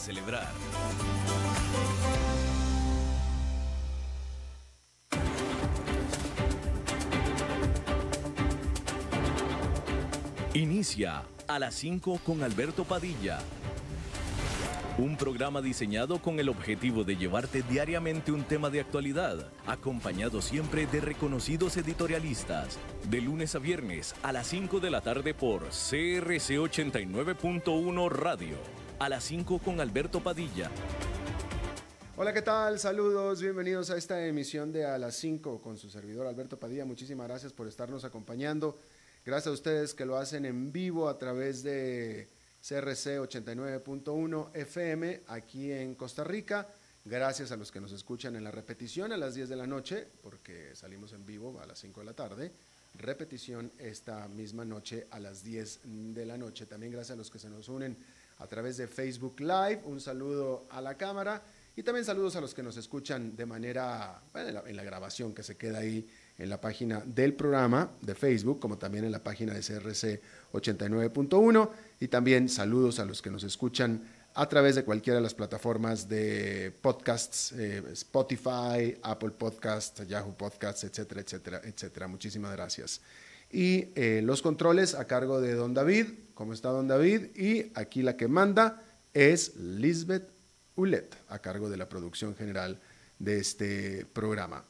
celebrar. Inicia a las 5 con Alberto Padilla. Un programa diseñado con el objetivo de llevarte diariamente un tema de actualidad, acompañado siempre de reconocidos editorialistas, de lunes a viernes a las 5 de la tarde por CRC 89.1 Radio. A las 5 con Alberto Padilla. Hola, ¿qué tal? Saludos, bienvenidos a esta emisión de A las 5 con su servidor Alberto Padilla. Muchísimas gracias por estarnos acompañando. Gracias a ustedes que lo hacen en vivo a través de CRC 89.1 FM aquí en Costa Rica. Gracias a los que nos escuchan en la repetición a las 10 de la noche, porque salimos en vivo a las 5 de la tarde. Repetición esta misma noche a las 10 de la noche. También gracias a los que se nos unen a través de Facebook Live. Un saludo a la cámara y también saludos a los que nos escuchan de manera, bueno, en la grabación que se queda ahí en la página del programa de Facebook, como también en la página de CRC 89.1, y también saludos a los que nos escuchan a través de cualquiera de las plataformas de podcasts, Spotify, Apple Podcasts, Yahoo Podcasts, etcétera, etcétera, etcétera. Muchísimas gracias. Y los controles a cargo de don David. ¿Cómo está don David? Y aquí la que manda es Lisbeth Ulet, a cargo de la producción general de este programa.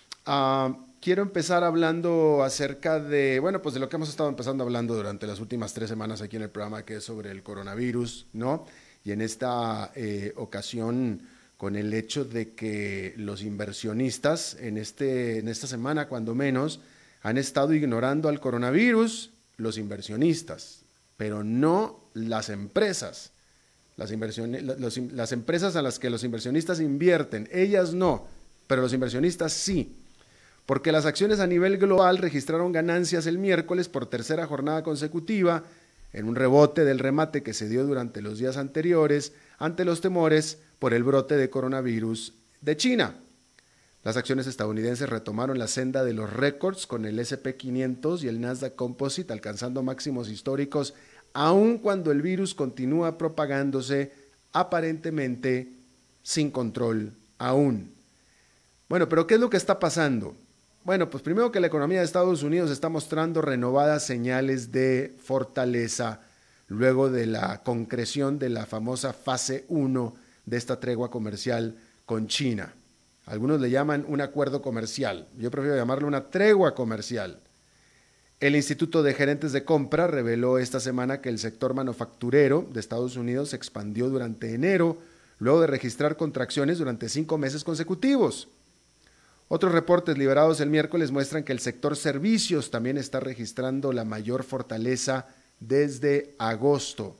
Quiero empezar hablando acerca de, pues de lo que hemos estado empezando hablando durante las últimas 3 semanas aquí en el programa, que es sobre el coronavirus, ¿no? Y en esta ocasión, con el hecho de que los inversionistas en esta semana, cuando menos, han estado ignorando al coronavirus, los inversionistas, pero no las empresas. Las empresas a las que los inversionistas invierten, ellas no, pero los inversionistas sí. Porque las acciones a nivel global registraron ganancias el miércoles por tercera jornada consecutiva, en un rebote del remate que se dio durante los días anteriores ante los temores por el brote de coronavirus de China. Las acciones estadounidenses retomaron la senda de los récords con el S&P 500 y el Nasdaq Composite alcanzando máximos históricos, aun cuando el virus continúa propagándose aparentemente sin control aún. Bueno, pero ¿qué es lo que está pasando? Bueno, pues primero que la economía de Estados Unidos está mostrando renovadas señales de fortaleza luego de la concreción de la famosa fase 1 de esta tregua comercial con China. Algunos le llaman un acuerdo comercial, yo prefiero llamarlo una tregua comercial. El Instituto de Gerentes de Compra reveló esta semana que el sector manufacturero de Estados Unidos se expandió durante enero, luego de registrar contracciones durante 5 meses consecutivos. Otros reportes liberados el miércoles muestran que el sector servicios también está registrando la mayor fortaleza desde agosto.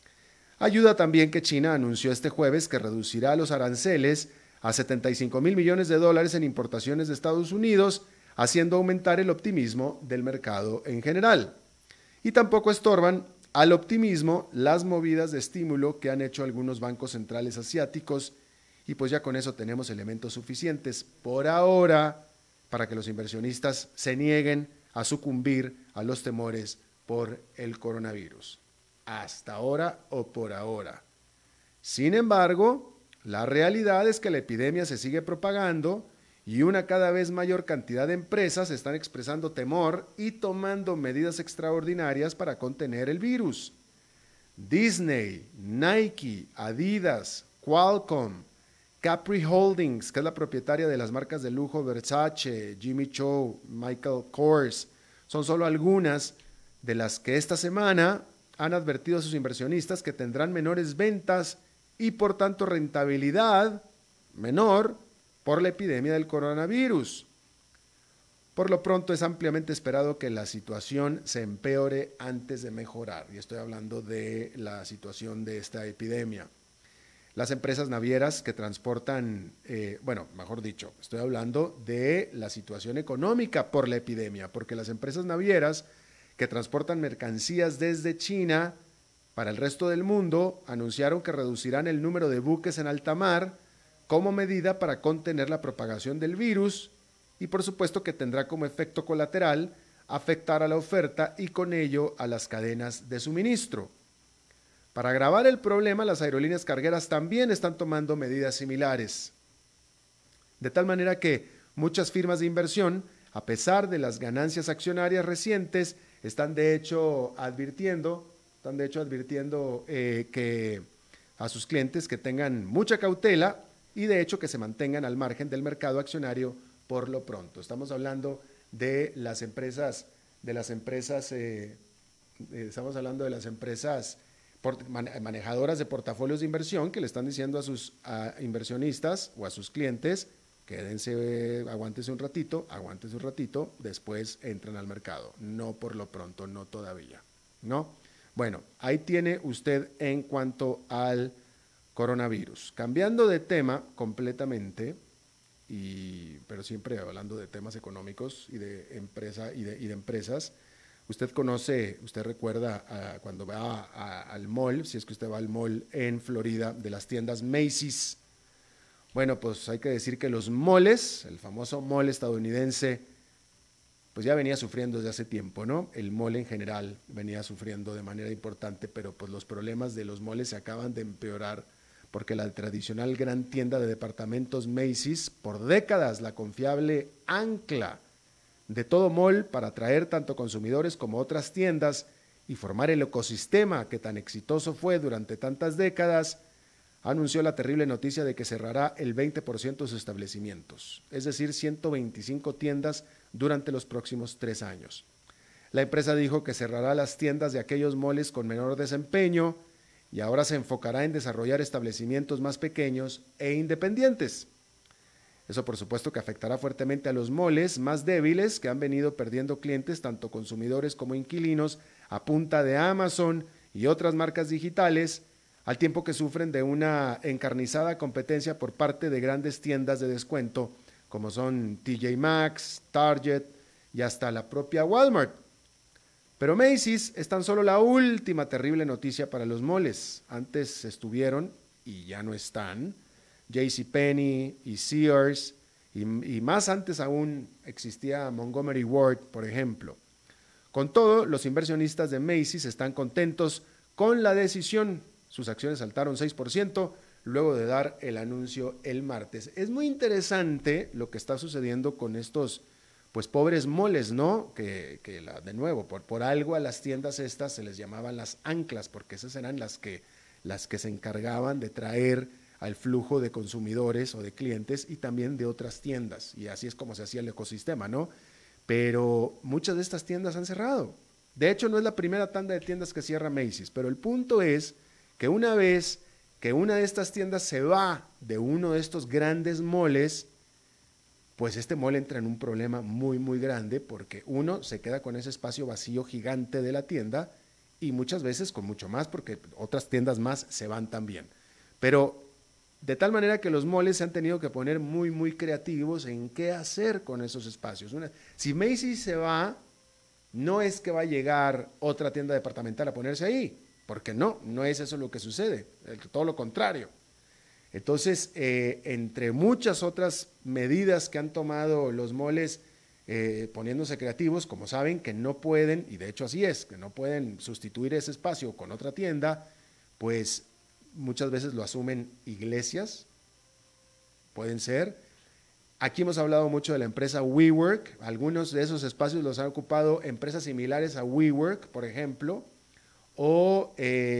Ayuda también que China anunció este jueves que reducirá los aranceles a $75,000 millones en importaciones de Estados Unidos, haciendo aumentar el optimismo del mercado en general. Y tampoco estorban al optimismo las movidas de estímulo que han hecho algunos bancos centrales asiáticos, y pues ya con eso tenemos elementos suficientes por ahora para que los inversionistas se nieguen a sucumbir a los temores por el coronavirus. Hasta ahora o por ahora. Sin embargo, la realidad es que la epidemia se sigue propagando y una cada vez mayor cantidad de empresas están expresando temor y tomando medidas extraordinarias para contener el virus. Disney, Nike, Adidas, Qualcomm, Capri Holdings, que es la propietaria de las marcas de lujo Versace, Jimmy Choo, Michael Kors, son solo algunas de las que esta semana han advertido a sus inversionistas que tendrán menores ventas y por tanto rentabilidad menor por la epidemia del coronavirus. Por lo pronto es ampliamente esperado que la situación se empeore antes de mejorar, y estoy hablando de la situación de esta epidemia. Las empresas navieras que transportan, estoy hablando de la situación económica por la epidemia, porque las empresas navieras que transportan mercancías desde China para el resto del mundo anunciaron que reducirán el número de buques en alta mar como medida para contener la propagación del virus y por supuesto que tendrá como efecto colateral afectar a la oferta y con ello a las cadenas de suministro. Para agravar el problema, las aerolíneas cargueras también están tomando medidas similares. De tal manera que muchas firmas de inversión, a pesar de las ganancias accionarias recientes, están de hecho advirtiendo que a sus clientes que tengan mucha cautela y de hecho que se mantengan al margen del mercado accionario por lo pronto. Estamos hablando de las empresas, manejadoras de portafolios de inversión que le están diciendo a sus inversionistas o a sus clientes: quédense, aguántese un ratito, después entran al mercado. No por lo pronto, no todavía, ¿no? Bueno, ahí tiene usted en cuanto al coronavirus. Cambiando de tema completamente, pero siempre hablando de temas económicos y de empresas. Usted recuerda cuando va al mall, si es que usted va al mall en Florida, de las tiendas Macy's. Bueno, pues hay que decir que los malls, el famoso mall estadounidense, pues ya venía sufriendo desde hace tiempo, ¿no? El mall en general venía sufriendo de manera importante, pero pues los problemas de los malls se acaban de empeorar porque la tradicional gran tienda de departamentos Macy's, por décadas la confiable ancla de todo mall para atraer tanto consumidores como otras tiendas y formar el ecosistema que tan exitoso fue durante tantas décadas, anunció la terrible noticia de que cerrará el 20% de sus establecimientos, es decir, 125 tiendas durante los próximos 3 años. La empresa dijo que cerrará las tiendas de aquellos malls con menor desempeño y ahora se enfocará en desarrollar establecimientos más pequeños e independientes. Eso por supuesto que afectará fuertemente a los malls más débiles que han venido perdiendo clientes, tanto consumidores como inquilinos, a punta de Amazon y otras marcas digitales, al tiempo que sufren de una encarnizada competencia por parte de grandes tiendas de descuento, como son TJ Maxx, Target y hasta la propia Walmart. Pero Macy's es tan solo la última terrible noticia para los malls. Antes estuvieron, y ya no están, JCPenney y Sears, y más antes aún existía Montgomery Ward, por ejemplo. Con todo, los inversionistas de Macy's están contentos con la decisión. Sus acciones saltaron 6% luego de dar el anuncio el martes. Es muy interesante lo que está sucediendo con estos pues pobres malls, ¿no? De nuevo, por algo a las tiendas estas se les llamaban las anclas, porque esas eran las que se encargaban de traer al flujo de consumidores o de clientes y también de otras tiendas, y así es como se hacía el ecosistema, ¿no? Pero muchas de estas tiendas han cerrado. De hecho, no es la primera tanda de tiendas que cierra Macy's, pero el punto es que una vez que una de estas tiendas se va de uno de estos grandes malls, pues este mall entra en un problema muy, muy grande, porque uno se queda con ese espacio vacío gigante de la tienda y muchas veces con mucho más, porque otras tiendas más se van también. Pero de tal manera que los malls se han tenido que poner muy, muy creativos en qué hacer con esos espacios. Si Macy's se va, no es que va a llegar otra tienda departamental a ponerse ahí, porque no es eso lo que sucede, todo lo contrario. Entonces, entre muchas otras medidas que han tomado los malls poniéndose creativos, como saben que no pueden, y de hecho así es, que no pueden sustituir ese espacio con otra tienda, pues muchas veces lo asumen iglesias, pueden ser. Aquí hemos hablado mucho de la empresa WeWork, algunos de esos espacios los han ocupado empresas similares a WeWork, por ejemplo, o,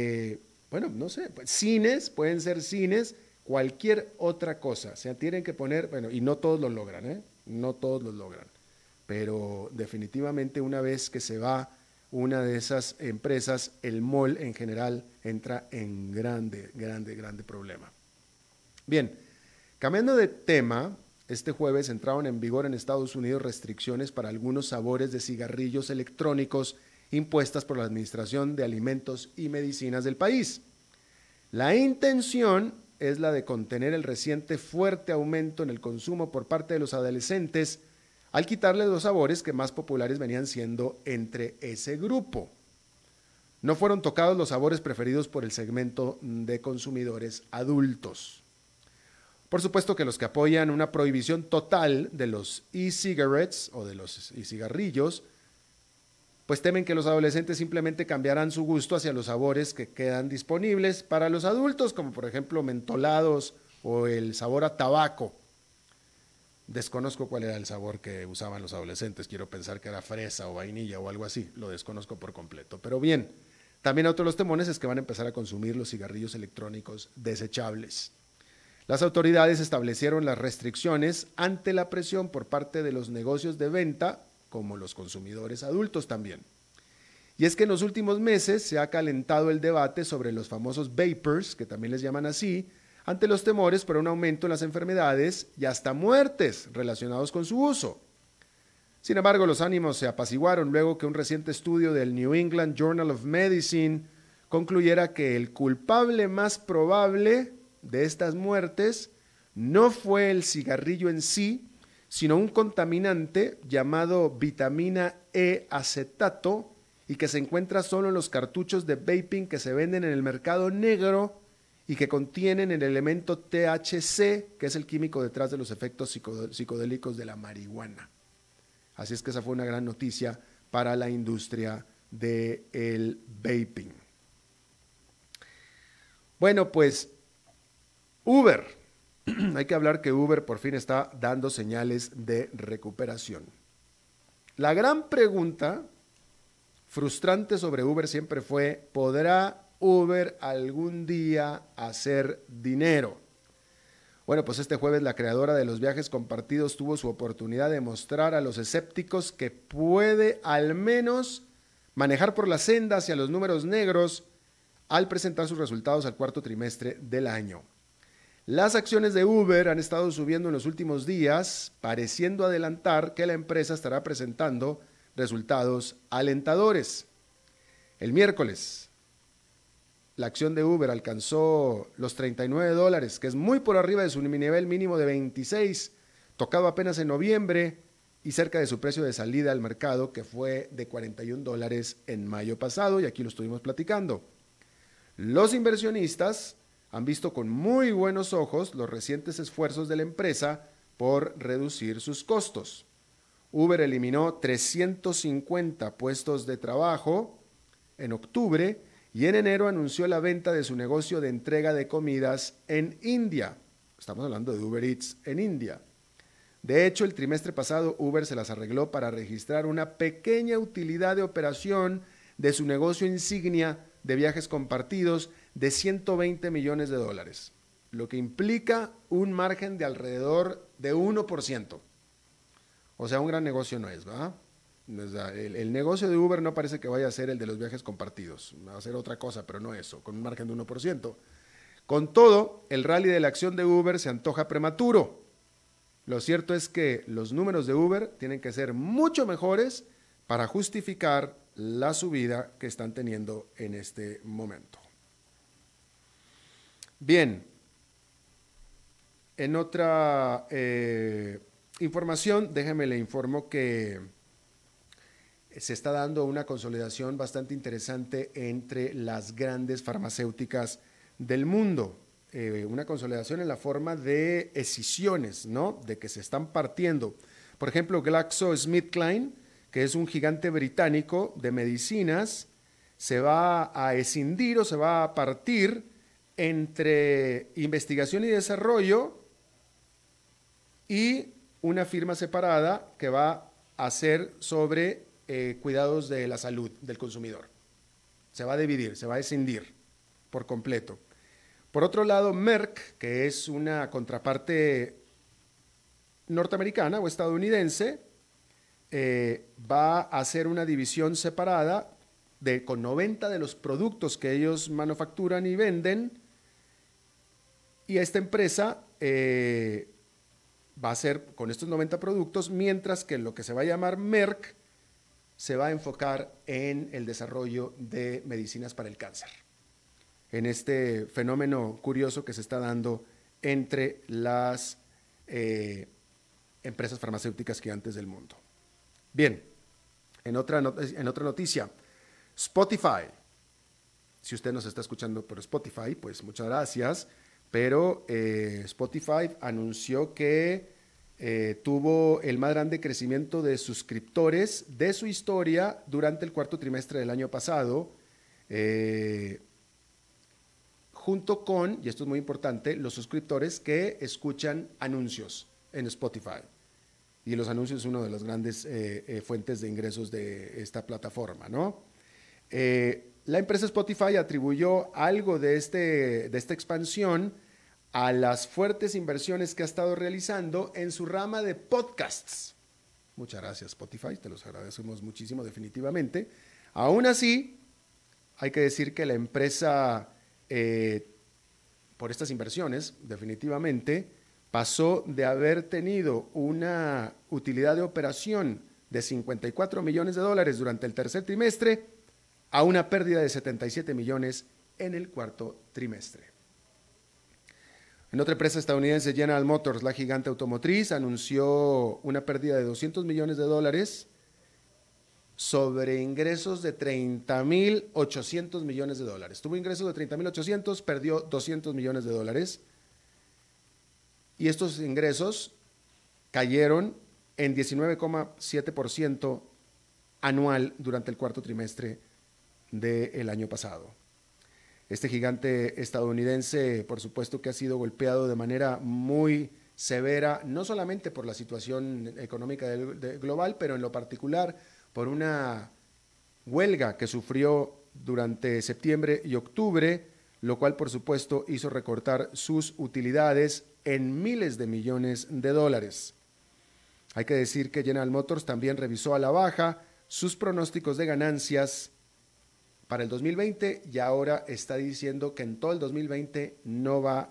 no sé, pues, cines, pueden ser cines, cualquier otra cosa, se tienen que poner, y no todos lo logran, no todos lo logran, pero definitivamente una vez que se va una de esas empresas, el mall en general entra en grande problema. Bien, cambiando de tema, este jueves entraron en vigor en Estados Unidos restricciones para algunos sabores de cigarrillos electrónicos impuestas por la Administración de Alimentos y Medicinas del país. La intención es la de contener el reciente fuerte aumento en el consumo por parte de los adolescentes al quitarles los sabores que más populares venían siendo entre ese grupo. No fueron tocados los sabores preferidos por el segmento de consumidores adultos. Por supuesto que los que apoyan una prohibición total de los e-cigarettes o de los e-cigarrillos pues temen que los adolescentes simplemente cambiarán su gusto hacia los sabores que quedan disponibles para los adultos, como por ejemplo mentolados o el sabor a tabaco. Desconozco cuál era el sabor que usaban los adolescentes, quiero pensar que era fresa o vainilla o algo así, lo desconozco por completo. Pero bien, también otro de los temones es que van a empezar a consumir los cigarrillos electrónicos desechables. Las autoridades establecieron las restricciones ante la presión por parte de los negocios de venta, como los consumidores adultos también. Y es que en los últimos meses se ha calentado el debate sobre los famosos vapers, que también les llaman así, ante los temores por un aumento en las enfermedades y hasta muertes relacionados con su uso. Sin embargo, los ánimos se apaciguaron luego que un reciente estudio del New England Journal of Medicine concluyera que el culpable más probable de estas muertes no fue el cigarrillo en sí, sino un contaminante llamado vitamina E acetato y que se encuentra solo en los cartuchos de vaping que se venden en el mercado negro y que contienen el elemento THC, que es el químico detrás de los efectos psicodélicos de la marihuana. Así es que esa fue una gran noticia para la industria del vaping. Bueno, pues Uber. Hay que hablar que Uber por fin está dando señales de recuperación. La gran pregunta frustrante sobre Uber siempre fue, ¿podrá Uber algún día hacer dinero? Bueno, pues este jueves la creadora de los viajes compartidos tuvo su oportunidad de mostrar a los escépticos que puede al menos manejar por la senda hacia los números negros al presentar sus resultados al cuarto trimestre del año. Las acciones de Uber han estado subiendo en los últimos días, pareciendo adelantar que la empresa estará presentando resultados alentadores. El miércoles, la acción de Uber alcanzó los $39, que es muy por arriba de su nivel mínimo de 26, tocado apenas en noviembre y cerca de su precio de salida al mercado, que fue de $41 en mayo pasado, y aquí lo estuvimos platicando. Los inversionistas han visto con muy buenos ojos los recientes esfuerzos de la empresa por reducir sus costos. Uber eliminó 350 puestos de trabajo en octubre y en enero anunció la venta de su negocio de entrega de comidas en India. Estamos hablando de Uber Eats en India. De hecho, el trimestre pasado Uber se las arregló para registrar una pequeña utilidad de operación de su negocio insignia de viajes compartidos de $120 millones, lo que implica un margen de alrededor de 1%. O sea, un gran negocio no es, ¿verdad? El negocio de Uber no parece que vaya a ser el de los viajes compartidos, va a ser otra cosa, pero no eso, con un margen de 1%. Con todo, el rally de la acción de Uber se antoja prematuro. Lo cierto es que los números de Uber tienen que ser mucho mejores para justificar la subida que están teniendo en este momento. Bien, en otra información, déjeme le informo que se está dando una consolidación bastante interesante entre las grandes farmacéuticas del mundo. Una consolidación en la forma de escisiones, ¿no? De que se están partiendo. Por ejemplo, GlaxoSmithKline, que es un gigante británico de medicinas, se va a escindir o se va a partir entre investigación y desarrollo y una firma separada que va a hacer sobre cuidados de la salud del consumidor. Se va a dividir, se va a escindir por completo. Por otro lado, Merck, que es una contraparte norteamericana o estadounidense, va a hacer una división separada con 90 de los productos que ellos manufacturan y venden, y esta empresa va a hacer con estos 90 productos, mientras que lo que se va a llamar Merck se va a enfocar en el desarrollo de medicinas para el cáncer, en este fenómeno curioso que se está dando entre las empresas farmacéuticas gigantes del mundo. Bien, en otra noticia, Spotify. Si usted nos está escuchando por Spotify, pues muchas gracias, pero Spotify anunció que tuvo el más grande crecimiento de suscriptores de su historia durante el cuarto trimestre del año pasado, junto con, y esto es muy importante, los suscriptores que escuchan anuncios en Spotify. Y los anuncios es una de las grandes fuentes de ingresos de esta plataforma, ¿no? La empresa Spotify atribuyó algo de esta expansión a las fuertes inversiones que ha estado realizando en su rama de podcasts. Muchas gracias, Spotify, te los agradecemos muchísimo, definitivamente. Aún así, hay que decir que la empresa, por estas inversiones, definitivamente, pasó de haber tenido una utilidad de operación de $54 millones durante el tercer trimestre a una pérdida de 77 millones en el cuarto trimestre. En otra empresa estadounidense, General Motors, la gigante automotriz, anunció una pérdida de $200 millones sobre ingresos de $30.800 millones. Tuvo ingresos de $30.800, perdió $200 millones. Y estos ingresos cayeron en 19,7% anual durante el cuarto trimestre del año pasado. Este gigante estadounidense, por supuesto que ha sido golpeado de manera muy severa, no solamente por la situación económica global, pero en lo particular por una huelga que sufrió durante septiembre y octubre, lo cual por supuesto hizo recortar sus utilidades en miles de millones de dólares. Hay que decir que General Motors también revisó a la baja sus pronósticos de ganancias para el 2020 y ahora está diciendo que en todo el 2020 no van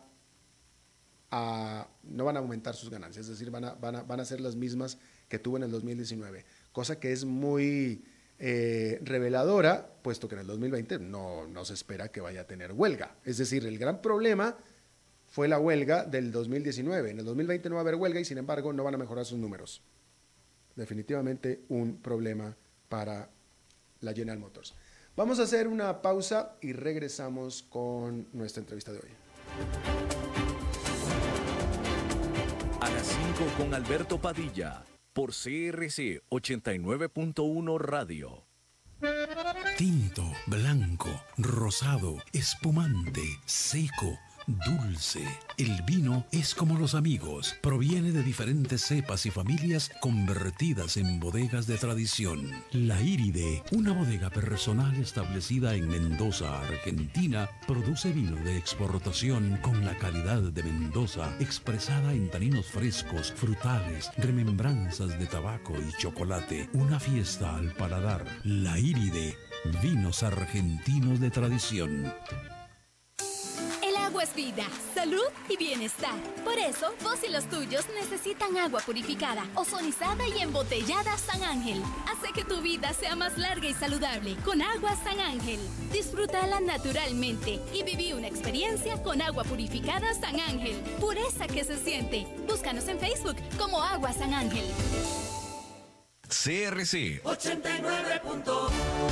a aumentar sus ganancias, es decir, van a ser las mismas que tuvo en el 2019, cosa que es muy reveladora, puesto que en el 2020 no se espera que vaya a tener huelga. Es decir, el gran problema fue la huelga del 2019. En el 2020 no va a haber huelga y sin embargo no van a mejorar sus números. Definitivamente un problema para la General Motors. Vamos a hacer una pausa y regresamos con nuestra entrevista de hoy. A las 5 con Alberto Padilla, por CRC 89.1 Radio. Tinto, blanco, rosado, espumante, seco, dulce. El vino es como los amigos, proviene de diferentes cepas y familias convertidas en bodegas de tradición. La Iride, una bodega personal establecida en Mendoza, Argentina, produce vino de exportación con la calidad de Mendoza, expresada en taninos frescos, frutales, remembranzas de tabaco y chocolate. Una fiesta al paladar. La Iride, vinos argentinos de tradición. Agua es vida, salud y bienestar. Por eso, vos y los tuyos necesitan agua purificada, ozonizada y embotellada San Ángel. Hace que tu vida sea más larga y saludable con agua San Ángel. Disfrútala naturalmente y viví una experiencia con agua purificada San Ángel. Pureza que se siente. Búscanos en Facebook como Agua San Ángel. CRC 89.1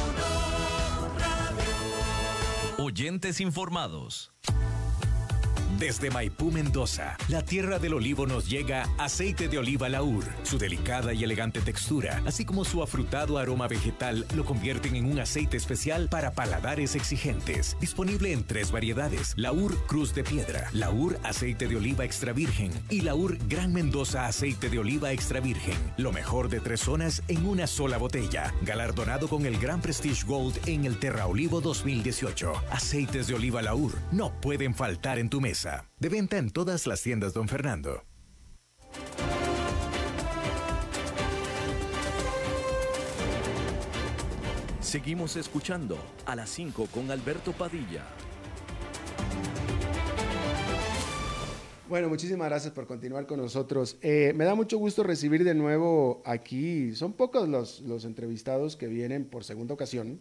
Radio. Oyentes informados. Desde Maipú, Mendoza, la tierra del olivo, nos llega aceite de oliva Laur. Su delicada y elegante textura, así como su afrutado aroma vegetal, lo convierten en un aceite especial para paladares exigentes. Disponible en 3 variedades: Laur Cruz de Piedra, Laur Aceite de Oliva Extra Virgen y Laur Gran Mendoza Aceite de Oliva Extra Virgen. Lo mejor de 3 zonas en una sola botella. Galardonado con el Gran Prestige Gold en el Terra Olivo 2018. Aceites de oliva Laur no pueden faltar en tu mesa. De venta en todas las tiendas Don Fernando. Seguimos escuchando a las 5 con Alberto Padilla. Bueno, muchísimas gracias por continuar con nosotros. Me da mucho gusto recibir de nuevo aquí. Son pocos los entrevistados que vienen por segunda ocasión.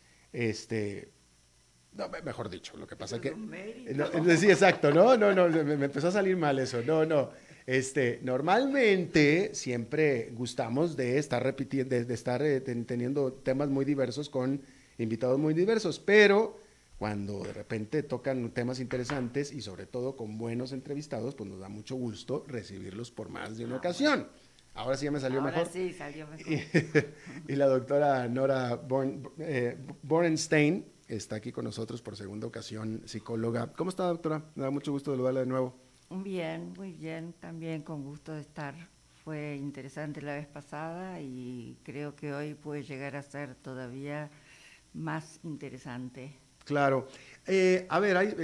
No, mejor dicho, lo que pasa es que... sí, exacto, no, me empezó a salir mal eso, no. Normalmente siempre gustamos de estar repitiendo, de estar teniendo temas muy diversos con invitados muy diversos, pero cuando de repente tocan temas interesantes y sobre todo con buenos entrevistados, pues nos da mucho gusto recibirlos por más de una ocasión. Ahora sí ya me salió mejor. Ahora sí salió mejor. Y la doctora Nora Borenstein está aquí con nosotros por segunda ocasión, psicóloga. ¿Cómo está, doctora? Me da mucho gusto saludarla de nuevo. Bien, muy bien, también con gusto de estar. Fue interesante la vez pasada y creo que hoy puede llegar a ser todavía más interesante. Claro. A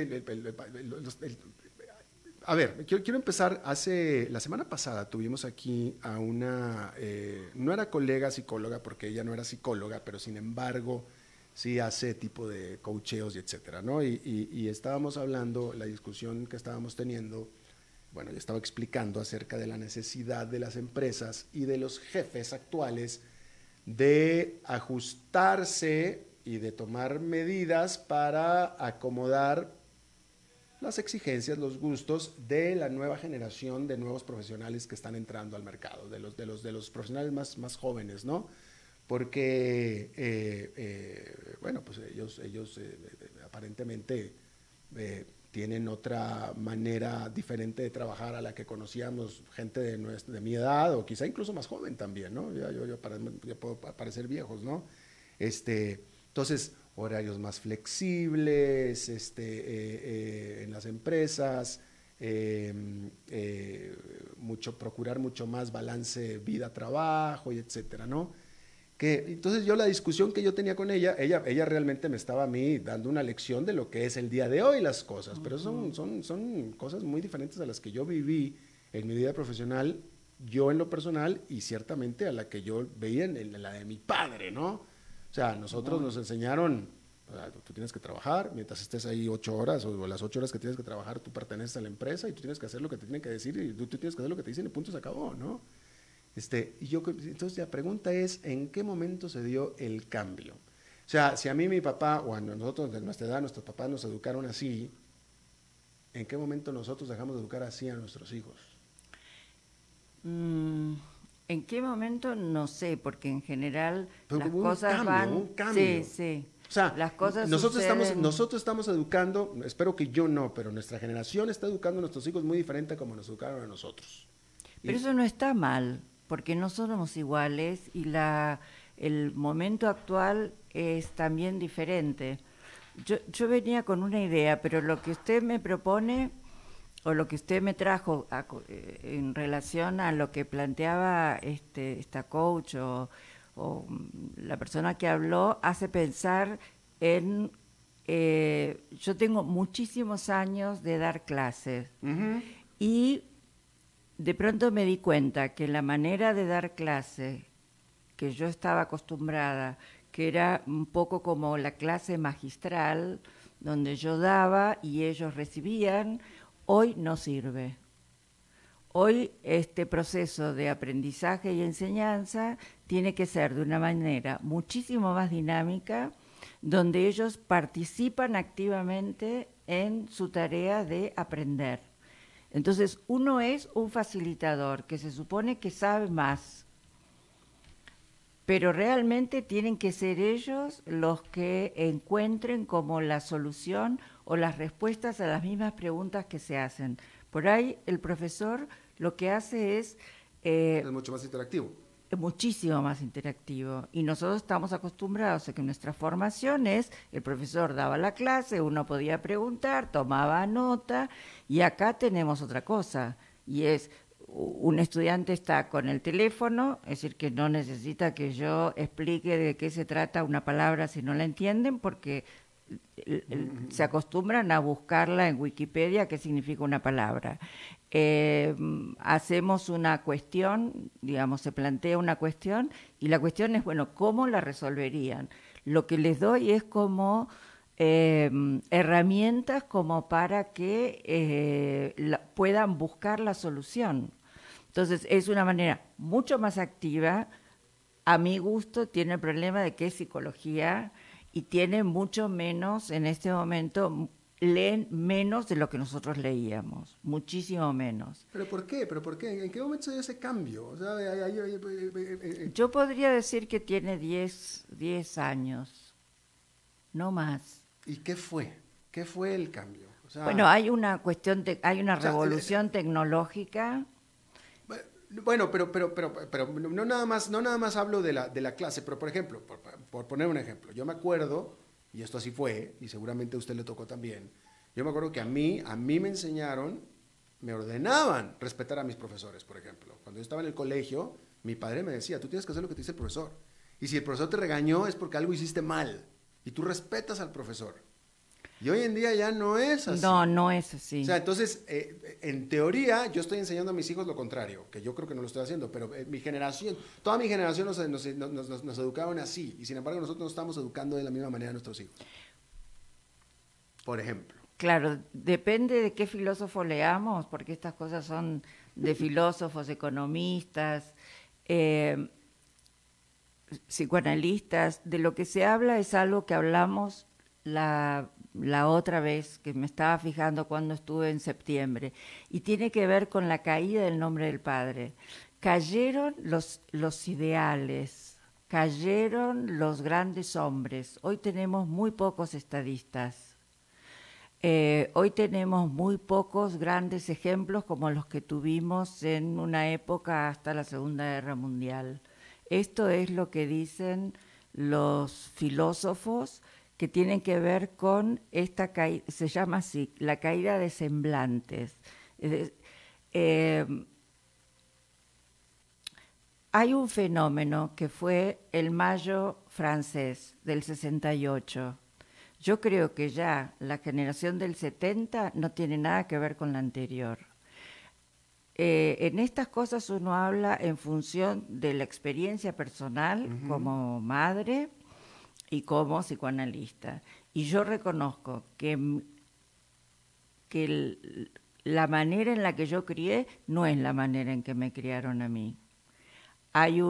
ver, quiero empezar. La semana pasada tuvimos aquí a una, no era colega psicóloga porque ella no era psicóloga, pero sin embargo sí hace tipo de coacheos y etcétera, ¿no? Y estábamos hablando, la discusión que estábamos teniendo, bueno, yo estaba explicando acerca de la necesidad de las empresas y de los jefes actuales de ajustarse y de tomar medidas para acomodar las exigencias, los gustos de la nueva generación de nuevos profesionales que están entrando al mercado, de los profesionales más jóvenes, ¿no? Porque, bueno, pues ellos aparentemente tienen otra manera diferente de trabajar a la que conocíamos gente de mi edad o quizá incluso más joven también, ¿no? Ya puedo parecer viejos, ¿no? Entonces, horarios más flexibles en las empresas, procurar mucho más balance vida-trabajo y etcétera, ¿no? Entonces yo la discusión que yo tenía con ella realmente me estaba a mí dando una lección de lo que es el día de hoy las cosas, pero son cosas muy diferentes a las que yo viví en mi vida profesional, yo en lo personal y ciertamente a la que yo veía en la de mi padre, ¿no? O sea, nosotros nos enseñaron, o sea, tú tienes que trabajar, mientras estés ahí 8 horas o las 8 horas que tienes que trabajar, tú perteneces a la empresa y tú tienes que hacer lo que te tienen que decir y tú tienes que hacer lo que te dicen y punto, se acabó, ¿no? Entonces la pregunta es, ¿en qué momento se dio el cambio? O sea, si a mí mi papá o a nosotros de nuestra edad, nuestros papás nos educaron así, ¿en qué momento nosotros dejamos de educar así a nuestros hijos? ¿En qué momento? No sé, porque en general pero las cosas van... Un cambio. Sí. O sea, las cosas nosotros estamos educando, espero que yo no, pero nuestra generación está educando a nuestros hijos muy diferente a como nos educaron a nosotros. Pero eso no está mal, porque no somos iguales y el momento actual es también diferente. Yo venía con una idea, pero lo que usted me propone o lo que usted me trajo en relación a lo que planteaba esta coach o la persona que habló, hace pensar en... yo tengo muchísimos años de dar clases y de pronto me di cuenta que la manera de dar clase que yo estaba acostumbrada, que era un poco como la clase magistral, donde yo daba y ellos recibían, hoy no sirve. Hoy este proceso de aprendizaje y enseñanza tiene que ser de una manera muchísimo más dinámica, donde ellos participan activamente en su tarea de aprender. Entonces, uno es un facilitador que se supone que sabe más, pero realmente tienen que ser ellos los que encuentren como la solución o las respuestas a las mismas preguntas que se hacen. Por ahí el profesor lo que hace es mucho más interactivo. Muchísimo más interactivo. Y nosotros estamos acostumbrados a que nuestra formación es, el profesor daba la clase, uno podía preguntar, tomaba nota, y acá tenemos otra cosa, y es, un estudiante está con el teléfono, es decir, que no necesita que yo explique de qué se trata una palabra si no la entienden, porque se acostumbran a buscarla en Wikipedia qué significa una palabra. Hacemos una cuestión, digamos, se plantea una cuestión y la cuestión es, bueno, ¿cómo la resolverían? Lo que les doy es como herramientas como para que puedan buscar la solución. Entonces, es una manera mucho más activa. A mi gusto tiene el problema de que es psicología y tiene mucho menos, en este momento, leen menos de lo que nosotros leíamos, muchísimo menos. ¿Pero por qué? ¿En qué momento se dio ese cambio? O sea, yo podría decir que tiene 10 años, no más. ¿Y qué fue? ¿Qué fue el cambio? O sea, bueno, hay una cuestión, hay una o sea, revolución tecnológica. bueno, pero no nada más hablo de la clase, pero por ejemplo, por poner un ejemplo, yo me acuerdo, y esto así fue, y seguramente a usted le tocó también, yo me acuerdo que a mí me enseñaron, me ordenaban respetar a mis profesores, por ejemplo. Cuando yo estaba en el colegio, mi padre me decía, tú tienes que hacer lo que te dice el profesor. Y si el profesor te regañó es porque algo hiciste mal, y tú respetas al profesor. Y hoy en día ya no es así. No, no es así. O sea, entonces, en teoría, yo estoy enseñando a mis hijos lo contrario, que yo creo que no lo estoy haciendo, pero mi generación, toda mi generación nos educaron así, y sin embargo nosotros nos estamos educando de la misma manera a nuestros hijos. Por ejemplo. Claro, depende de qué filósofo leamos, porque estas cosas son de filósofos, economistas, psicoanalistas. De lo que se habla es algo que hablamos la otra vez, que me estaba fijando cuando estuve en septiembre, y tiene que ver con la caída del nombre del padre. Cayeron los ideales, cayeron los grandes hombres. Hoy tenemos muy pocos estadistas. Hoy tenemos muy pocos grandes ejemplos como los que tuvimos en una época hasta la Segunda Guerra Mundial. Esto es lo que dicen los filósofos, que tienen que ver con esta caída, se llama así, la caída de semblantes. Hay un fenómeno que fue el Mayo francés del 68. Yo creo que ya la generación del 70 no tiene nada que ver con la anterior. En estas cosas uno habla en función de la experiencia personal como madre y como psicoanalista. Y yo reconozco que la manera en la que yo crié no es la manera en que me criaron a mí. Hay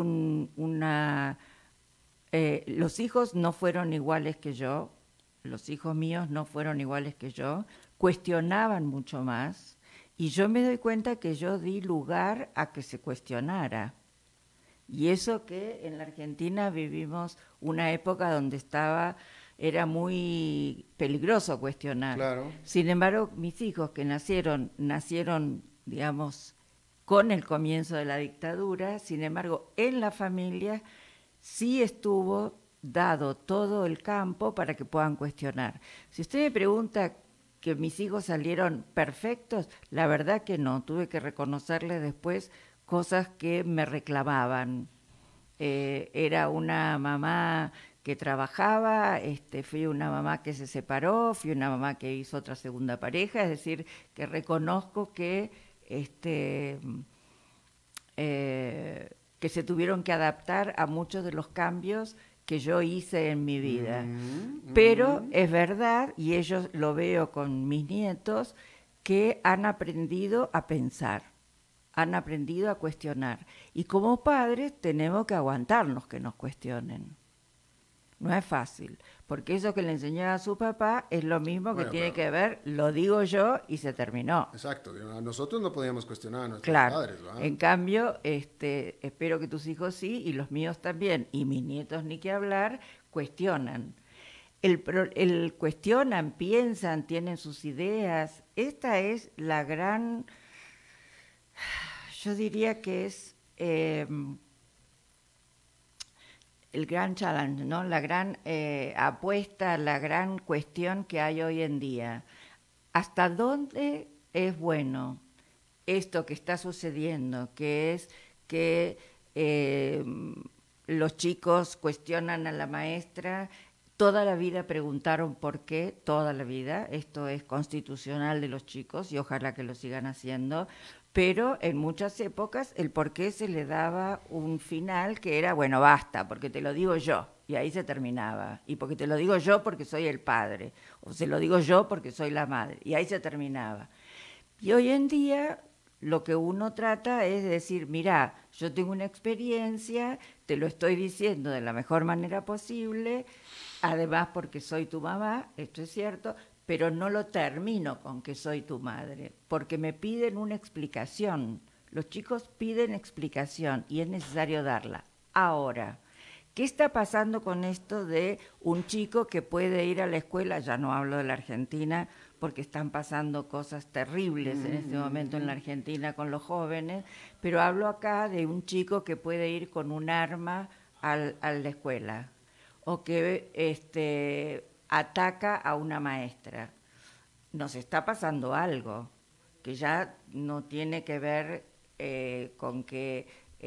los hijos no fueron iguales que yo. Los hijos míos no fueron iguales que yo, cuestionaban mucho más, y yo me doy cuenta que yo di lugar a que se cuestionara. Y eso que en la Argentina vivimos una época donde era muy peligroso cuestionar. Claro. Sin embargo, mis hijos que nacieron, digamos, con el comienzo de la dictadura, sin embargo, en la familia sí estuvo dado todo el campo para que puedan cuestionar. Si usted me pregunta que mis hijos salieron perfectos, la verdad que no, tuve que reconocerles después cosas que me reclamaban. Era una mamá que trabajaba, fui una mamá que se separó, fui una mamá que hizo otra segunda pareja, es decir, que reconozco que se tuvieron que adaptar a muchos de los cambios que yo hice en mi vida. Pero es verdad, y ellos lo veo con mis nietos, que han aprendido a pensar, han aprendido a cuestionar. Y como padres tenemos que aguantarnos que nos cuestionen. No es fácil, porque eso que le enseñaba a su papá es lo mismo que tiene que ver, lo digo yo y se terminó. Exacto, nosotros no podíamos cuestionar a nuestros padres, ¿verdad? En cambio, espero que tus hijos sí, y los míos también, y mis nietos ni que hablar, cuestionan. El cuestionan, piensan, tienen sus ideas. Esta es la gran, yo diría que es el gran challenge, ¿no? La gran apuesta, la gran cuestión que hay hoy en día. ¿Hasta dónde es bueno esto que está sucediendo, que es que los chicos cuestionan a la maestra? Toda la vida preguntaron por qué, toda la vida. Esto es constitucional de los chicos y ojalá que lo sigan haciendo. Pero en muchas épocas el por qué se le daba un final que era, bueno, basta, porque te lo digo yo. Y ahí se terminaba. Y porque te lo digo yo porque soy el padre. O se lo digo yo porque soy la madre. Y ahí se terminaba. Y hoy en día lo que uno trata es decir, mirá, yo tengo una experiencia, te lo estoy diciendo de la mejor manera posible, además porque soy tu mamá, esto es cierto, pero no lo termino con que soy tu madre, porque me piden una explicación. Los chicos piden explicación y es necesario darla. Ahora, ¿Qué está pasando con esto de un chico que puede ir a la escuela? Ya no hablo de la Argentina, porque están pasando cosas terribles en este momento en la Argentina con los jóvenes, pero hablo acá de un chico que puede ir con un arma a la escuela, o que ataca a una maestra. Nos está pasando algo que ya no tiene que ver con que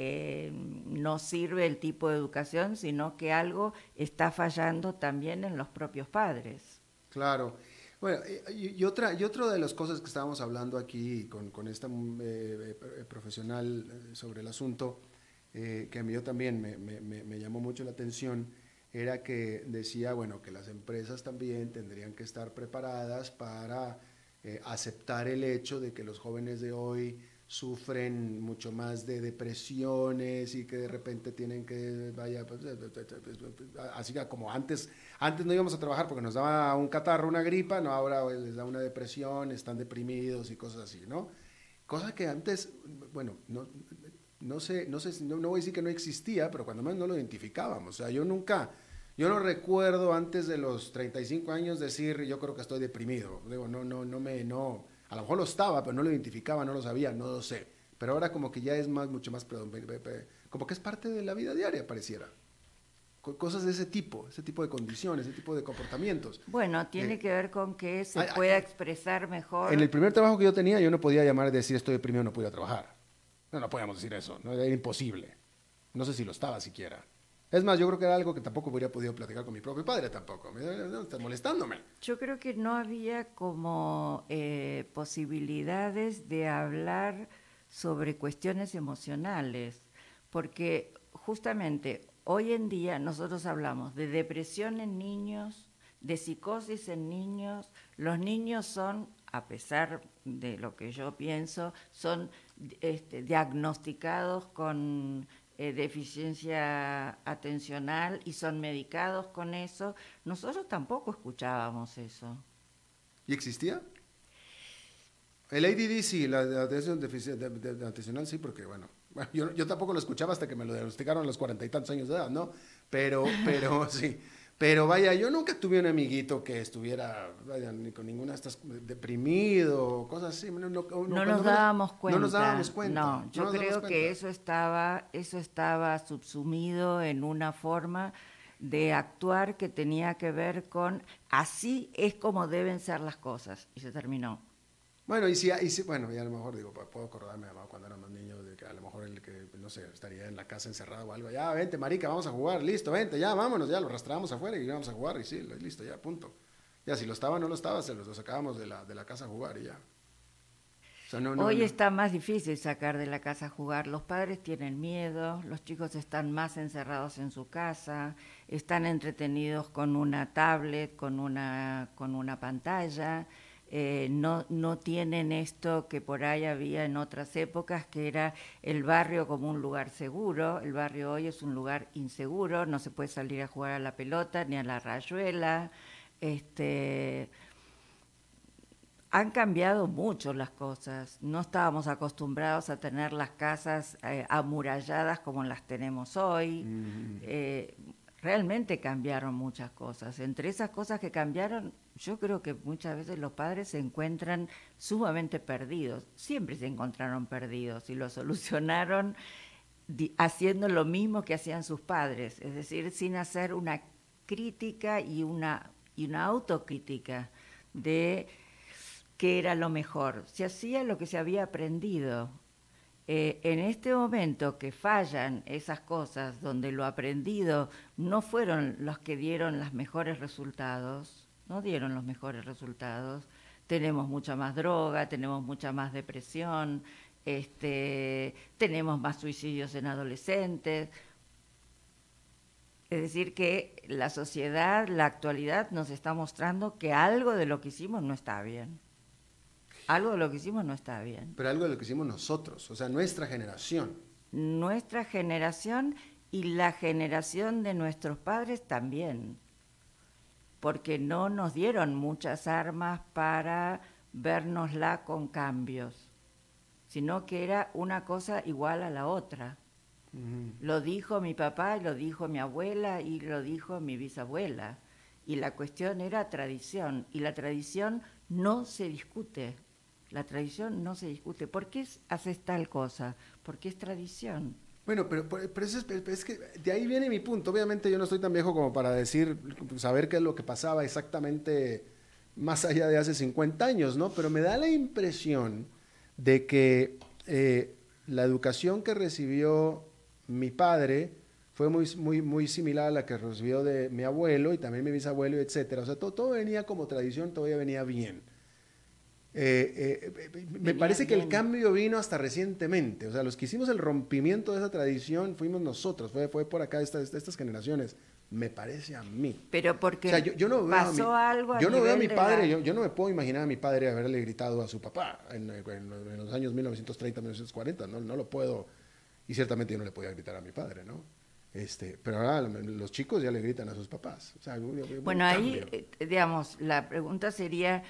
no sirve el tipo de educación, sino que algo está fallando también en los propios padres. Claro. Bueno, y otro de las cosas que estábamos hablando aquí con esta profesional sobre el asunto, que a mí yo también me llamó mucho la atención, era que decía, bueno, que las empresas también tendrían que estar preparadas para aceptar el hecho de que los jóvenes de hoy sufren mucho más de depresiones y que de repente tienen que, así como antes no íbamos a trabajar porque nos daba un catarro, una gripa, no, ahora les da una depresión, están deprimidos y cosas así, ¿no? Cosa que antes, bueno, no voy a decir que no existía, pero cuando menos no lo identificábamos. O sea, yo no recuerdo antes de los 35 años decir, yo creo que estoy deprimido. Digo, a lo mejor lo estaba, pero no lo identificaba, no lo sabía, no lo sé. Pero ahora como que ya es mucho más, como que es parte de la vida diaria, pareciera. Cosas de ese tipo de condiciones, ese tipo de comportamientos. Bueno, tiene que ver con que se pueda expresar mejor. En el primer trabajo que yo tenía, yo no podía llamar y decir estoy deprimido, no podía trabajar. No podíamos decir eso, no, era imposible. No sé si lo estaba siquiera. Es más, yo creo que era algo que tampoco hubiera podido platicar con mi propio padre tampoco. No, estás molestándome. Yo creo que no había como posibilidades de hablar sobre cuestiones emocionales, porque justamente hoy en día nosotros hablamos de depresión en niños, de psicosis en niños. Los niños son, a pesar de lo que yo pienso, son diagnosticados con deficiencia atencional y son medicados con eso. Nosotros tampoco escuchábamos eso. ¿Y existía? El ADD sí, la atención atencional sí, porque bueno, yo tampoco lo escuchaba hasta que me lo diagnosticaron a los 40 y tantos años de edad, ¿no? Pero sí. Pero vaya, yo nunca tuve un amiguito que estuviera, vaya, ni con ninguna de estas, deprimido, cosas así. No nos dábamos cuenta. No nos dábamos cuenta. No, yo creo que eso estaba subsumido en una forma de actuar que tenía que ver con así es como deben ser las cosas. Y se terminó. Bueno, bueno, y a lo mejor digo, puedo acordarme cuando éramos niños, de que a lo mejor el que, no sé, estaría en la casa encerrado o algo, ya, vente, marica, vamos a jugar, listo, vente, ya, vámonos, ya, lo arrastrábamos afuera y íbamos a jugar, y sí, listo, ya, punto. Ya, si lo estaba o no lo estaba, se lo sacábamos de la casa a jugar y ya. O sea, Hoy está más difícil sacar de la casa a jugar, los padres tienen miedo, los chicos están más encerrados en su casa, están entretenidos con una tablet, con una pantalla. No tienen esto que por ahí había en otras épocas, que era el barrio como un lugar seguro. El barrio hoy es un lugar inseguro, no se puede salir a jugar a la pelota ni a la rayuela. Han cambiado mucho las cosas. No estábamos acostumbrados a tener las casas amuralladas como las tenemos hoy. Realmente cambiaron muchas cosas. Entre esas cosas que cambiaron, yo creo que muchas veces los padres se encuentran sumamente perdidos. Siempre se encontraron perdidos y lo solucionaron haciendo lo mismo que hacían sus padres, es decir, sin hacer una crítica y una autocrítica de qué era lo mejor. Se hacía lo que se había aprendido. En este momento que fallan esas cosas, donde lo aprendido no fueron los que dieron los mejores resultados, tenemos mucha más droga, tenemos mucha más depresión, tenemos más suicidios en adolescentes. Es decir, que la sociedad, la actualidad nos está mostrando que algo de lo que hicimos no está bien. Algo de lo que hicimos no está bien. Pero algo de lo que hicimos nosotros, o sea, nuestra generación. Nuestra generación y la generación de nuestros padres también. Porque no nos dieron muchas armas para vernosla con cambios, sino que era una cosa igual a la otra. Lo dijo mi papá, lo dijo mi abuela y lo dijo mi bisabuela. Y la cuestión era tradición, y la tradición no se discute. La tradición no se discute. ¿Por qué haces tal cosa? Porque es tradición. Bueno, pero es que de ahí viene mi punto. Obviamente yo no estoy tan viejo como para saber qué es lo que pasaba exactamente más allá de hace 50 años, ¿no? Pero me da la impresión de que la educación que recibió mi padre fue muy similar a la que recibió de mi abuelo y también mi bisabuelo, etcétera. O sea, todo venía como tradición, todavía venía bien. Me parece que el cambio vino hasta recientemente. O sea, los que hicimos el rompimiento de esa tradición fuimos nosotros, fue por acá estas generaciones. Me parece a mí. Pero porque o sea, yo no veo pasó algo yo no veo a mi padre, yo no me puedo imaginar a mi padre haberle gritado a su papá en los años 1930, 1940, no lo puedo, y ciertamente yo no le podía gritar a mi padre, ¿no? Pero ahora los chicos ya le gritan a sus papás. O sea, bueno, ahí, digamos, la pregunta sería,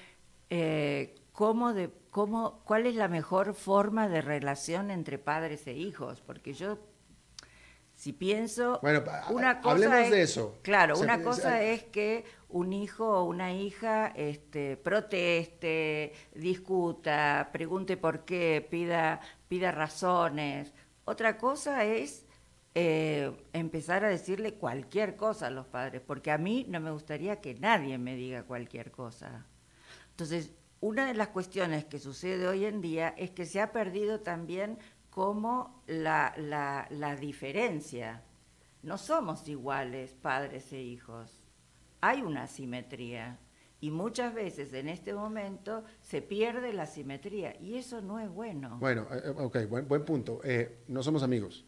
¿cuál es la mejor forma de relación entre padres e hijos? Porque yo, si pienso, bueno, una cosa hablemos de eso. Claro, una cosa es que un hijo o una hija proteste, discuta, pregunte por qué, pida razones. Otra cosa es empezar a decirle cualquier cosa a los padres, porque a mí no me gustaría que nadie me diga cualquier cosa. Entonces, una de las cuestiones que sucede hoy en día es que se ha perdido también como la diferencia. No somos iguales padres e hijos. Hay una asimetría. Y muchas veces en este momento se pierde la asimetría. Y eso no es bueno. Bueno, ok, buen punto. No somos amigos.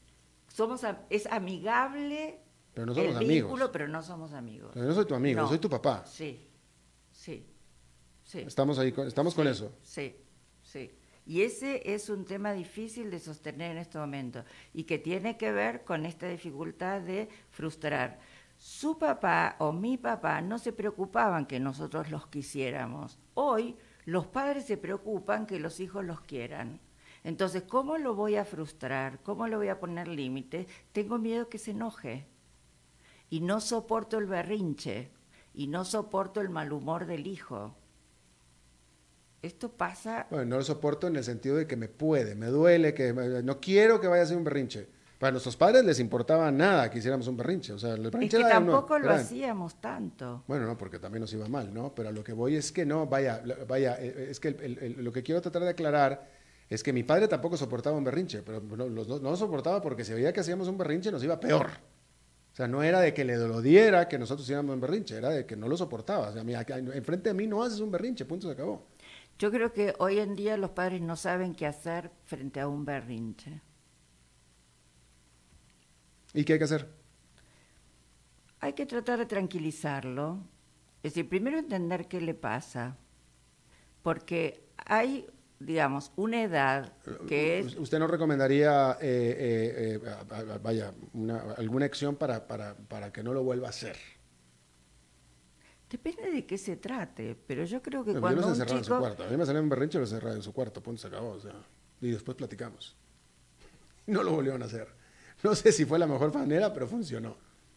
Es amigable pero no somos el vínculo, amigos. Pero no somos amigos. Pero no soy tu amigo, no. Soy tu papá. Sí. Estamos ahí, estamos con eso. Sí. Y ese es un tema difícil de sostener en este momento y que tiene que ver con esta dificultad de frustrar. Su papá o mi papá no se preocupaban que nosotros los quisiéramos. Hoy los padres se preocupan que los hijos los quieran. Entonces, ¿cómo lo voy a frustrar? ¿Cómo le voy a poner límites? Tengo miedo que se enoje. Y no soporto el berrinche. Y no soporto el mal humor del hijo. Esto pasa... Bueno, no lo soporto en el sentido de que me duele, no quiero que vaya a ser un berrinche. Para nuestros padres les importaba nada que hiciéramos un berrinche. O sea, el berrinche es que era tampoco lo hacíamos tanto. Bueno, no, porque también nos iba mal, ¿no? Pero a lo que voy es que no, es que lo que quiero tratar de aclarar es que mi padre tampoco soportaba un berrinche, pero no lo soportaba porque si veía que hacíamos un berrinche nos iba peor. O sea, no era de que le doliera que nosotros hiciéramos un berrinche, era de que no lo soportaba. O sea, enfrente de mí no haces un berrinche, punto, se acabó. Yo creo que hoy en día los padres no saben qué hacer frente a un berrinche. ¿Y qué hay que hacer? Hay que tratar de tranquilizarlo. Es decir, primero entender qué le pasa. Porque hay, digamos, una edad que es... ¿Usted no recomendaría, alguna acción para que no lo vuelva a hacer? Depende de qué se trate, pero yo creo que yo cuando lo un encerraba chico... en su cuarto. A mí me salió un berrinche, lo encerraba en su cuarto, punto, se acabó. O sea, y después platicamos. No lo volvieron a hacer. No sé si fue la mejor manera, pero funcionó.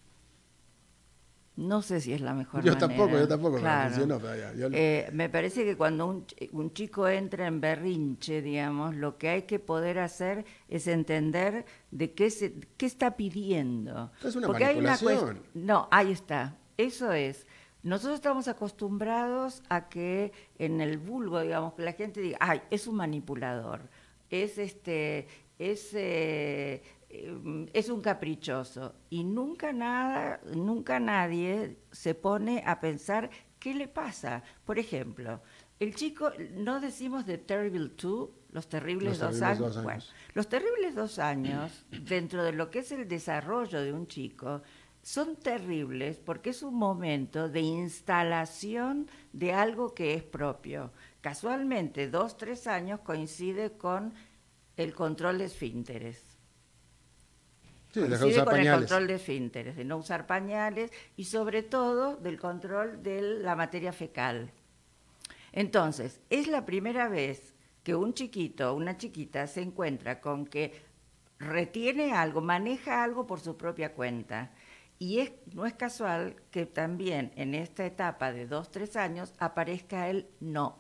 No sé si es la mejor yo manera. Yo tampoco, claro. Pero funcionó. Pero me parece que cuando un chico entra en berrinche, digamos, lo que hay que poder hacer es entender de qué está pidiendo. Es una porque manipulación. No, ahí está. Eso es. Nosotros estamos acostumbrados a que en el vulgo, digamos, que la gente diga, ay, es un manipulador, es un caprichoso. Y nunca nadie se pone a pensar qué le pasa. Por ejemplo, el chico, no decimos de Terrible 2, los terribles 2 años. Bueno, los terribles 2 años, dentro de lo que es el desarrollo de un chico, son terribles porque es un momento de instalación de algo que es propio. Casualmente, 2, 3 años coincide con el control de esfínteres. Sí, coincide con el control de esfínteres, de no usar pañales y sobre todo del control de la materia fecal. Entonces, es la primera vez que un chiquito o una chiquita se encuentra con que retiene algo, maneja algo por su propia cuenta. Y no es casual que también en esta etapa de 2-3 años aparezca el no.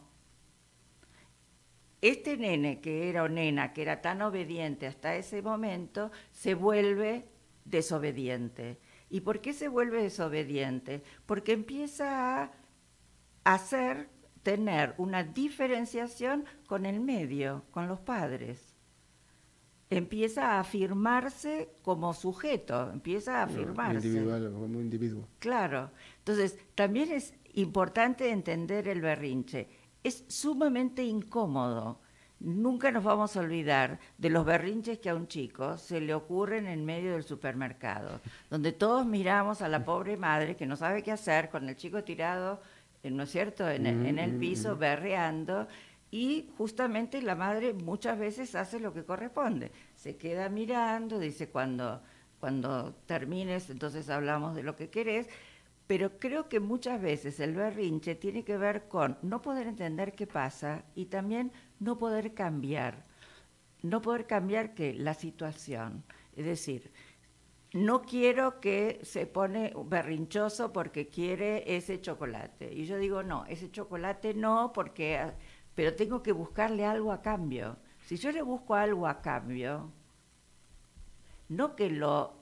Este nene que era o nena, que era tan obediente hasta ese momento, se vuelve desobediente. ¿Y por qué se vuelve desobediente? Porque empieza a tener una diferenciación con el medio, con los padres. Empieza a afirmarse como sujeto, empieza a afirmarse. Individual, como individuo. Claro. Entonces, también es importante entender el berrinche. Es sumamente incómodo. Nunca nos vamos a olvidar de los berrinches que a un chico se le ocurren en medio del supermercado, donde todos miramos a la pobre madre que no sabe qué hacer con el chico tirado, ¿no es cierto?, en el piso, berreando, y justamente la madre muchas veces hace lo que corresponde. Se queda mirando, dice cuando termines, entonces hablamos de lo que querés. Pero creo que muchas veces el berrinche tiene que ver con no poder entender qué pasa y también no poder cambiar. No poder cambiar la situación. Es decir, no quiero que se pone berrinchoso porque quiere ese chocolate. Y yo digo, no, ese chocolate no, pero tengo que buscarle algo a cambio. Si yo le busco algo a cambio, no que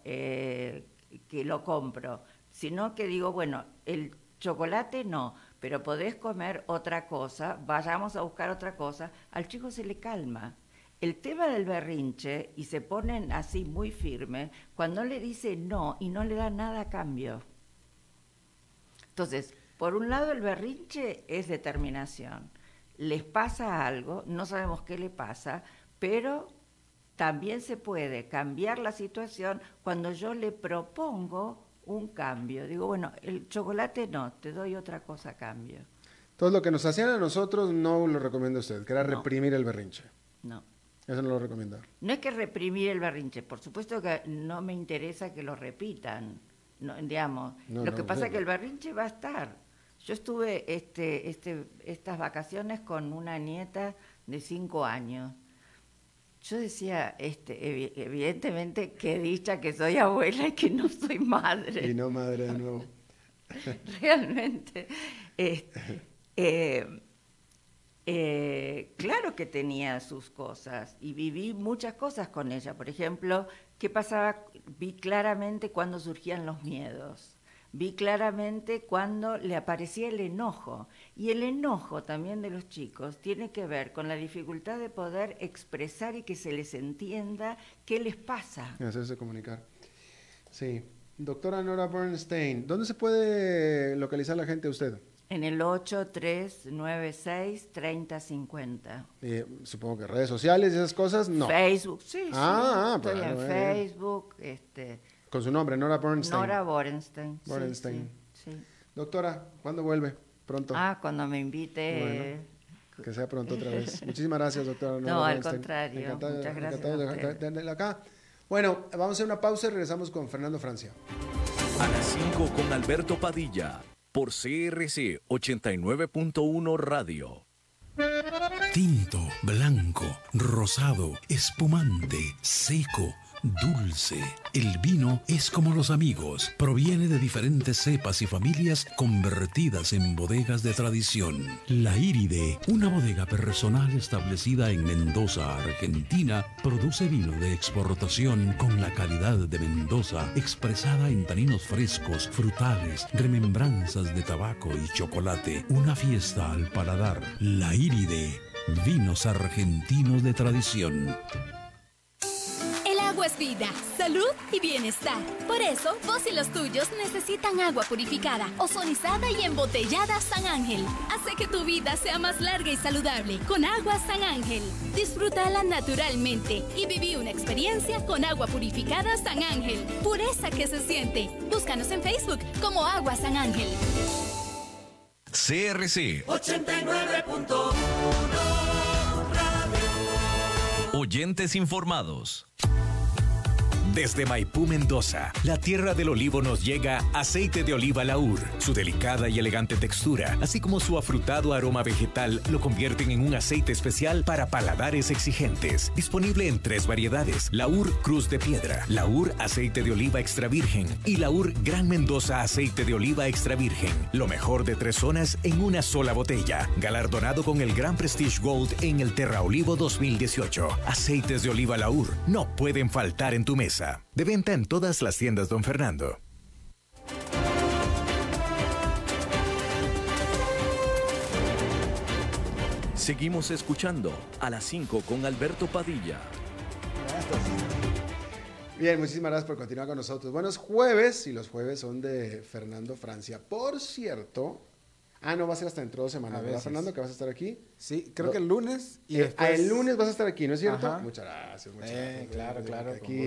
lo compro, sino que digo, bueno, el chocolate no, pero podés comer otra cosa, vayamos a buscar otra cosa, al chico se le calma. El tema del berrinche, y se ponen así muy firmes, cuando le dice no y no le da nada a cambio. Entonces, por un lado el berrinche es determinación. Les pasa algo, no sabemos qué le pasa, pero también se puede cambiar la situación cuando yo le propongo un cambio. Digo, bueno, el chocolate no, te doy otra cosa a cambio. Todo lo que nos hacían a nosotros no lo recomienda usted, que era reprimir el berrinche. No. Eso no lo recomienda. No es que reprimir el berrinche, por supuesto que no me interesa que lo repitan, no, digamos. Lo que pasa es que el berrinche va a estar. Yo estuve estas vacaciones con una nieta de 5 años. Yo decía, evidentemente, qué dicha que soy abuela y que no soy madre. Y no madre de nuevo. Realmente. Claro que tenía sus cosas y viví muchas cosas con ella. Por ejemplo, ¿qué pasaba? Vi claramente cuando surgían los miedos. Vi claramente cuando le aparecía el enojo. Y el enojo también de los chicos tiene que ver con la dificultad de poder expresar y que se les entienda qué les pasa. Hacerse comunicar. Sí. Doctora Nora Bernstein, ¿dónde se puede localizar la gente a usted? En el 8396-3050. Supongo que redes sociales y esas cosas, no. Facebook, sí. Estoy bueno, en Facebook. Con su nombre, Nora Bernstein. Nora Bernstein. Bernstein. Sí. Doctora, ¿cuándo vuelve? Pronto. Cuando me invite. Bueno, que sea pronto otra vez. Muchísimas gracias, doctora Nora No, al Bernstein. contrario. Muchas gracias. De tenerla acá. Bueno, vamos a hacer una pausa y regresamos con Fernando Francia. A las 5 con Alberto Padilla, por CRC 89.1 Radio. Tinto, blanco, rosado, espumante, seco, dulce. El vino es como los amigos. Proviene de diferentes cepas y familias convertidas en bodegas de tradición. La Iride, una bodega personal establecida en Mendoza, Argentina, produce vino de exportación con la calidad de Mendoza, expresada en taninos frescos, frutales, remembranzas de tabaco y chocolate. Una fiesta al paladar. La Iride, vinos argentinos de tradición. Agua es vida, salud y bienestar. Por eso, vos y los tuyos necesitan agua purificada, ozonizada y embotellada San Ángel. Hace que tu vida sea más larga y saludable con agua San Ángel. Disfrútala naturalmente y viví una experiencia con agua purificada San Ángel. Pureza que se siente. Búscanos en Facebook como Agua San Ángel. CRC 89.1 Oyentes informados. Desde Maipú, Mendoza, la tierra del olivo nos llega aceite de oliva Laur. Su delicada y elegante textura, así como su afrutado aroma vegetal, lo convierten en un aceite especial para paladares exigentes. Disponible en 3 variedades: Laur Cruz de Piedra, Laur Aceite de Oliva Extra Virgen y Laur Gran Mendoza Aceite de Oliva Extra Virgen. Lo mejor de 3 zonas en una sola botella. Galardonado con el Gran Prestige Gold en el Terra Olivo 2018. Aceites de oliva Laur no pueden faltar en tu mesa. De venta en todas las tiendas Don Fernando. Seguimos escuchando a las 5 con Alberto Padilla. Bien, muchísimas gracias por continuar con nosotros. Buenos jueves, y los jueves son de Fernando Francia. Por cierto, no va a ser hasta dentro de 2 semanas, ¿verdad, Fernando, que vas a estar aquí? Sí, creo que el lunes y después... El lunes vas a estar aquí, ¿no es cierto? Ajá. Muchas gracias. Claro. Aquí,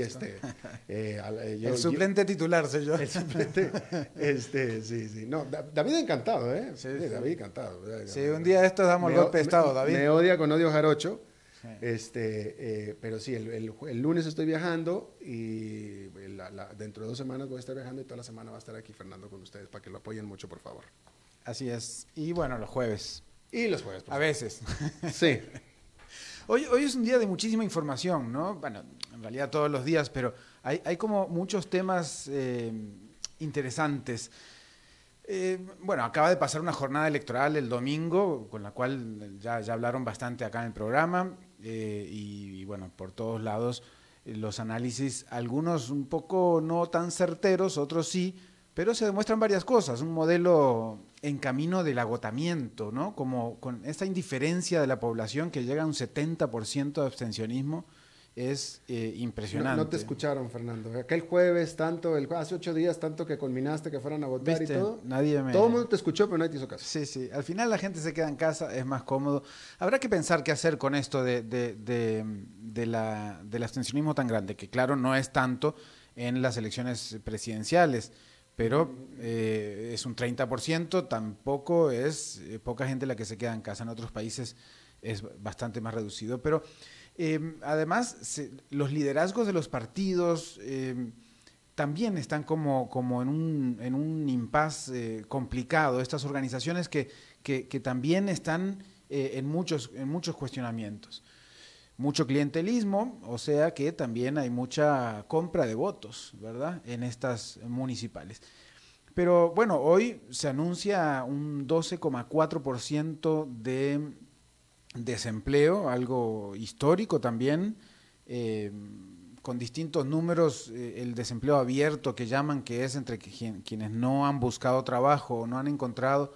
el suplente titular soy yo. El suplente, sí. No, David encantado, ¿eh? Sí. David encantado. Sí, un día de estos damos el golpe de estado, David. Me odia con odio jarocho. Sí. Pero sí, el lunes estoy viajando y dentro de 2 semanas voy a estar viajando y toda la semana va a estar aquí Fernando con ustedes para que lo apoyen mucho, por favor. Así es. Y bueno, los jueves. Y los jueves. A veces. Sí. Hoy es un día de muchísima información, ¿no? Bueno, en realidad todos los días, pero hay como muchos temas interesantes. Bueno, acaba de pasar una jornada electoral el domingo, con la cual ya hablaron bastante acá en el programa, y bueno, por todos lados los análisis, algunos un poco no tan certeros, otros sí, pero se demuestran varias cosas. Un modelo en camino del agotamiento, ¿no? Como con esta indiferencia de la población que llega a un 70% de abstencionismo, es impresionante. No te escucharon, Fernando. Aquel jueves, hace 8 días, tanto que culminaste que fueran a votar. ¿Viste? Y todo. Todo el mundo te escuchó, pero nadie te hizo caso. Sí. Al final la gente se queda en casa, es más cómodo. Habrá que pensar qué hacer con esto del abstencionismo tan grande, que claro, no es tanto en las elecciones presidenciales, pero es un 30%, tampoco es poca gente la que se queda en casa. En otros países es bastante más reducido, pero además los liderazgos de los partidos también están como en un impasse complicado. Estas organizaciones que también están en muchos cuestionamientos. Mucho clientelismo, o sea que también hay mucha compra de votos, ¿verdad?, en estas municipales. Pero bueno, hoy se anuncia un 12,4% de desempleo, algo histórico también, con distintos números. El desempleo abierto, que llaman, que es entre quienes no han buscado trabajo o no han encontrado,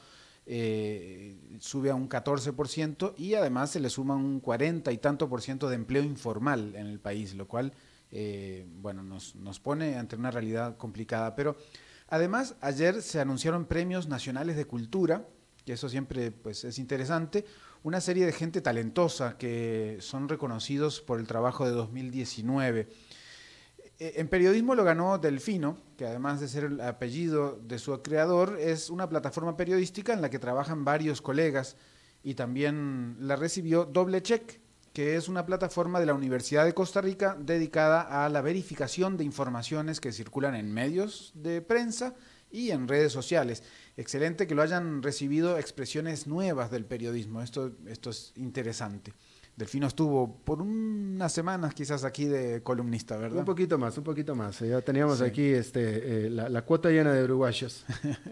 sube a un 14%, y además se le suma un 40 y tanto por ciento de empleo informal en el país, lo cual bueno, nos pone ante una realidad complicada. Pero además ayer se anunciaron premios nacionales de cultura, que eso siempre pues es interesante, una serie de gente talentosa que son reconocidos por el trabajo de 2019. En periodismo lo ganó Delfino, que además de ser el apellido de su creador, es una plataforma periodística en la que trabajan varios colegas, y también la recibió Doble Check, que es una plataforma de la Universidad de Costa Rica dedicada a la verificación de informaciones que circulan en medios de prensa y en redes sociales. Excelente que lo hayan recibido expresiones nuevas del periodismo, esto es interesante. Delfino estuvo por unas semanas quizás aquí de columnista, ¿verdad? Un poquito más. Ya teníamos aquí la cuota llena de uruguayos.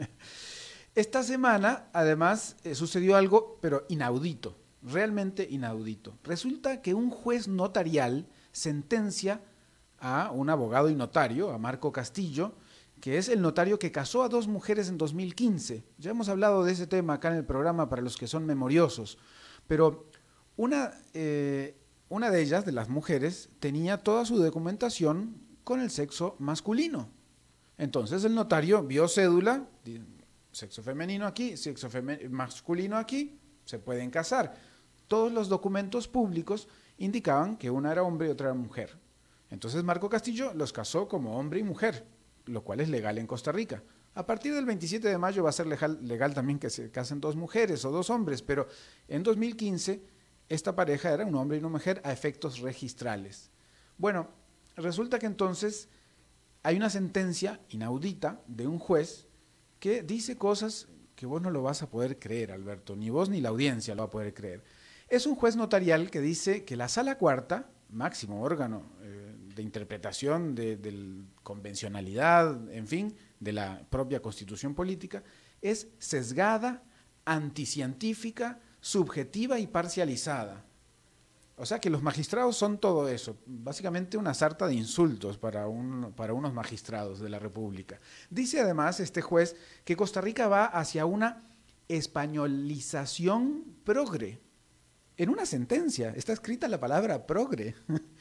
Esta semana, además, sucedió algo, pero inaudito, realmente inaudito. Resulta que un juez notarial sentencia a un abogado y notario, a Marco Castillo, que es el notario que casó a 2 mujeres en 2015. Ya hemos hablado de ese tema acá en el programa para los que son memoriosos, pero una de ellas, de las mujeres, tenía toda su documentación con el sexo masculino. Entonces el notario vio cédula, sexo femenino aquí, sexo masculino aquí, se pueden casar. Todos los documentos públicos indicaban que una era hombre y otra era mujer. Entonces Marco Castillo los casó como hombre y mujer, lo cual es legal en Costa Rica. A partir del 27 de mayo va a ser legal también que se casen 2 mujeres o 2 hombres, pero en 2015 esta pareja era un hombre y una mujer a efectos registrales. Bueno, resulta que entonces hay una sentencia inaudita de un juez que dice cosas que vos no lo vas a poder creer, Alberto, ni vos ni la audiencia lo va a poder creer. Es un juez notarial que dice que la Sala Cuarta, máximo órgano de interpretación de convencionalidad, en fin, de la propia Constitución política, es sesgada, anticientífica, subjetiva y parcializada. O sea que los magistrados son todo eso, básicamente una sarta de insultos para unos magistrados de la República. Dice además este juez que Costa Rica va hacia una españolización progre. En una sentencia está escrita la palabra progre.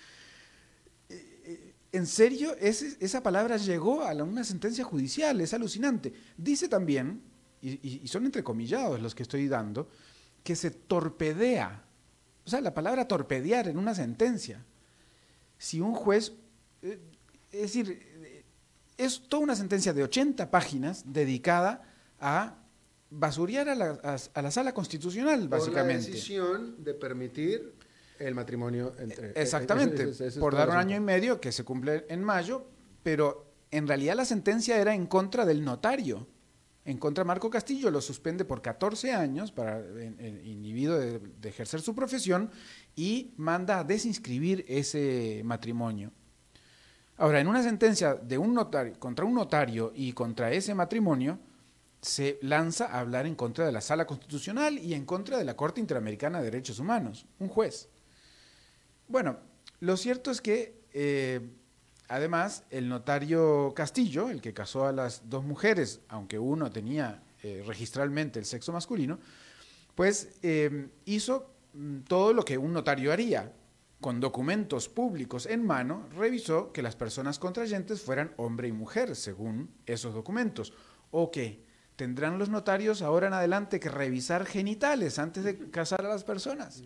En serio, esa palabra llegó a una sentencia judicial, es alucinante. Dice también, y son entrecomillados los que estoy dando, que se torpedea. O sea, la palabra torpedear en una sentencia. Si un juez, es decir, es toda una sentencia de 80 páginas dedicada a basurear a la Sala Constitucional, básicamente. Por la decisión de permitir el matrimonio entre... Exactamente, por dar un año y medio que se cumple en mayo, pero en realidad la sentencia era en contra del notario. En contra de Marco Castillo, lo suspende por 14 años para inhibido de ejercer su profesión y manda a desinscribir ese matrimonio. Ahora, en una sentencia de un notario, contra un notario y contra ese matrimonio, se lanza a hablar en contra de la Sala Constitucional y en contra de la Corte Interamericana de Derechos Humanos, un juez. Bueno, lo cierto es que... además, el notario Castillo, el que casó a las dos mujeres, aunque uno tenía registralmente el sexo masculino, pues hizo todo lo que un notario haría. Con documentos públicos en mano, revisó que las personas contrayentes fueran hombre y mujer, según esos documentos. O que tendrán los notarios ahora en adelante que revisar genitales antes de casar a las personas.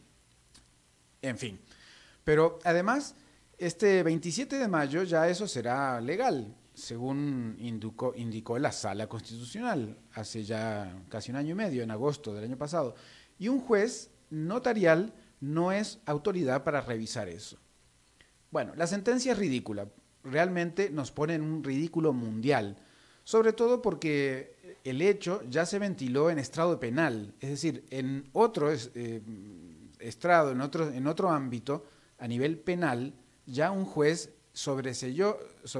En fin. Pero además... Este 27 de mayo ya eso será legal, según indicó la Sala Constitucional, hace ya casi un año y medio, en agosto del año pasado. Y un juez notarial no es autoridad para revisar eso. Bueno, la sentencia es ridícula, realmente nos pone en un ridículo mundial, sobre todo porque el hecho ya se ventiló en estrado penal, es decir, en otro estrado, en otro ámbito, a nivel penal, ya un juez sobresedió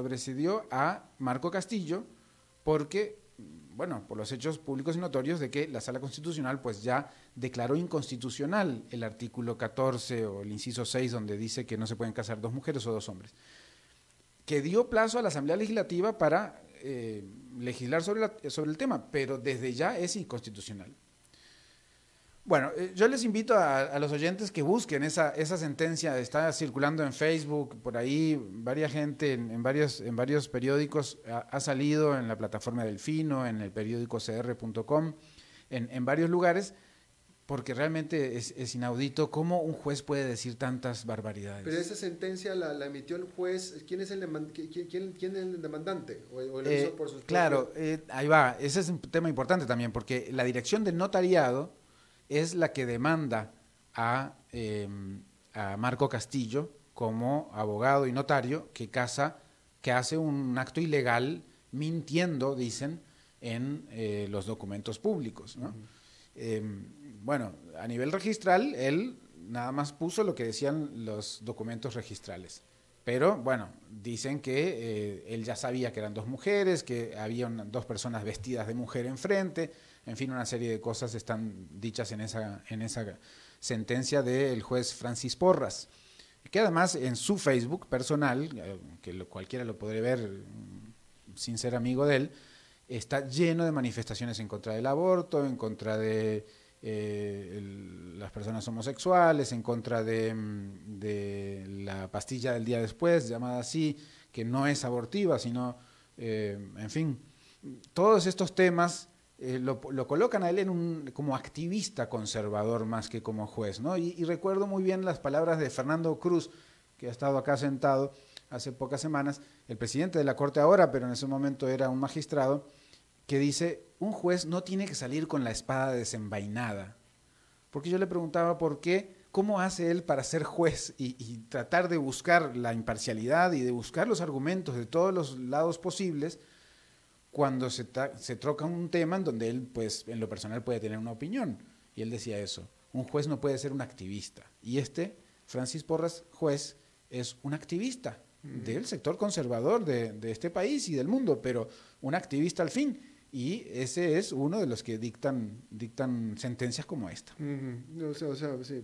a Marco Castillo porque, bueno, por los hechos públicos y notorios de que la Sala Constitucional pues ya declaró inconstitucional el artículo 14 o el inciso 6 donde dice que no se pueden casar dos mujeres o dos hombres, que dio plazo a la Asamblea Legislativa para legislar sobre el tema, pero desde ya es inconstitucional. Bueno, yo les invito a los oyentes que busquen esa sentencia, está circulando en Facebook, por ahí, varias gente en varios periódicos ha salido, en la plataforma Delfino, en el periódico cr.com, en varios lugares, porque realmente es inaudito cómo un juez puede decir tantas barbaridades. Pero esa sentencia la emitió el juez, ¿quién es el demandante? ¿O lo hizo por sus Claro, ahí va, ese es un tema importante también, porque la dirección del notariado es la que demanda a Marco Castillo como abogado y notario que hace un acto ilegal mintiendo, dicen, en los documentos públicos, ¿no? Bueno, a nivel registral, él nada más puso lo que decían los documentos registrales. Pero, bueno, dicen que él ya sabía que eran dos mujeres, que había dos personas vestidas de mujer enfrente. En fin, una serie de cosas están dichas en esa sentencia del juez Francis Porras, que además en su Facebook personal, que cualquiera lo podrá ver sin ser amigo de él, está lleno de manifestaciones en contra del aborto, en contra de las personas homosexuales, en contra de la pastilla del día después, llamada así, que no es abortiva, sino, en fin, todos estos temas lo colocan a él como activista conservador más que como juez, ¿no? Y recuerdo muy bien las palabras de Fernando Cruz, que ha estado acá sentado hace pocas semanas, el presidente de la Corte ahora, pero en ese momento era un magistrado, que dice, un juez no tiene que salir con la espada desenvainada. Porque yo le preguntaba por qué ¿cómo hace él para ser juez y tratar de buscar la imparcialidad y de buscar los argumentos de todos los lados posibles cuando se troca un tema en donde él, pues, en lo personal puede tener una opinión? Y él decía eso, un juez no puede ser un activista. Y Francis Porras, juez, es un activista del sector conservador de este país y del mundo, pero un activista al fin. Y ese es uno de los que dictan sentencias como esta. Sí,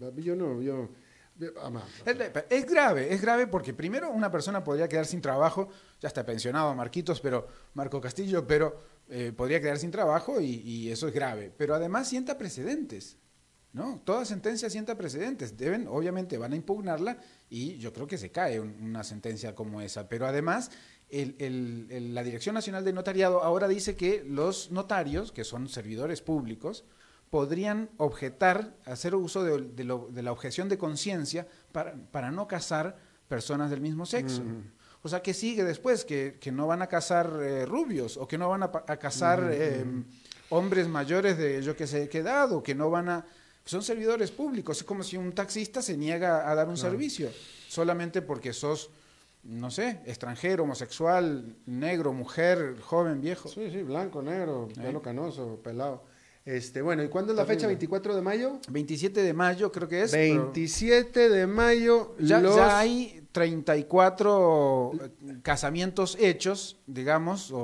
Es grave porque primero una persona podría quedar sin trabajo, ya está pensionado Marco Castillo, pero podría quedar sin trabajo y eso es grave. Pero además sienta precedentes, ¿no? Toda sentencia sienta precedentes. Obviamente van a impugnarla y yo creo que se cae una sentencia como esa. Pero además la Dirección Nacional de Notariado ahora dice que los notarios, que son servidores públicos, podrían hacer uso de la objeción de conciencia para no casar personas del mismo sexo. O sea, que sigue después, que no van a casar rubios, o que no van a casar hombres mayores de yo que sé qué edad, o que no van a... Son servidores públicos, es como si un taxista se niega a dar un servicio, solamente porque sos, no sé, extranjero, homosexual, negro, mujer, joven, viejo. Sí, blanco, negro, pelo canoso, pelado. Bueno, ¿y cuándo es la fecha? ¿24 de mayo? 27 de mayo creo que es. 27 de mayo. Ya hay 34 casamientos hechos, digamos.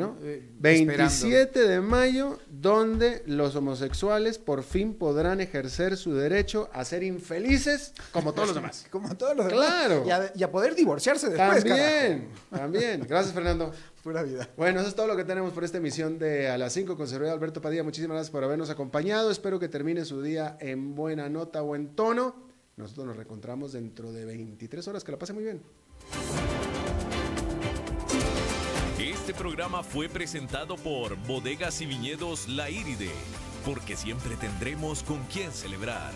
27 de mayo, donde los homosexuales por fin podrán ejercer su derecho a ser infelices como todos los demás. Como todos los demás. Claro. Y a poder divorciarse después. También. Gracias, Fernando. Pura vida. Bueno, eso es todo lo que tenemos por esta emisión de A las 5 con servidor Alberto Padilla. Muchísimas gracias por habernos acompañado. Espero que termine su día en buena nota, buen tono. Nosotros nos reencontramos dentro de 23 horas. Que la pase muy bien. Este programa fue presentado por Bodegas y Viñedos La Iride, porque siempre tendremos con quién celebrar.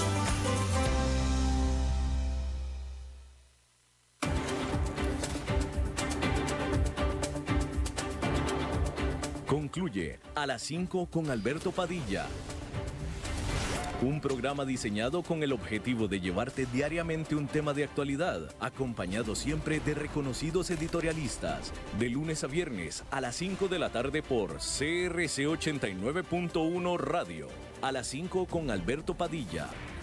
Concluye A las 5 con Alberto Padilla. Un programa diseñado con el objetivo de llevarte diariamente un tema de actualidad, acompañado siempre de reconocidos editorialistas, de lunes a viernes a las 5 de la tarde por CRC 89.1 Radio. A las 5 con Alberto Padilla.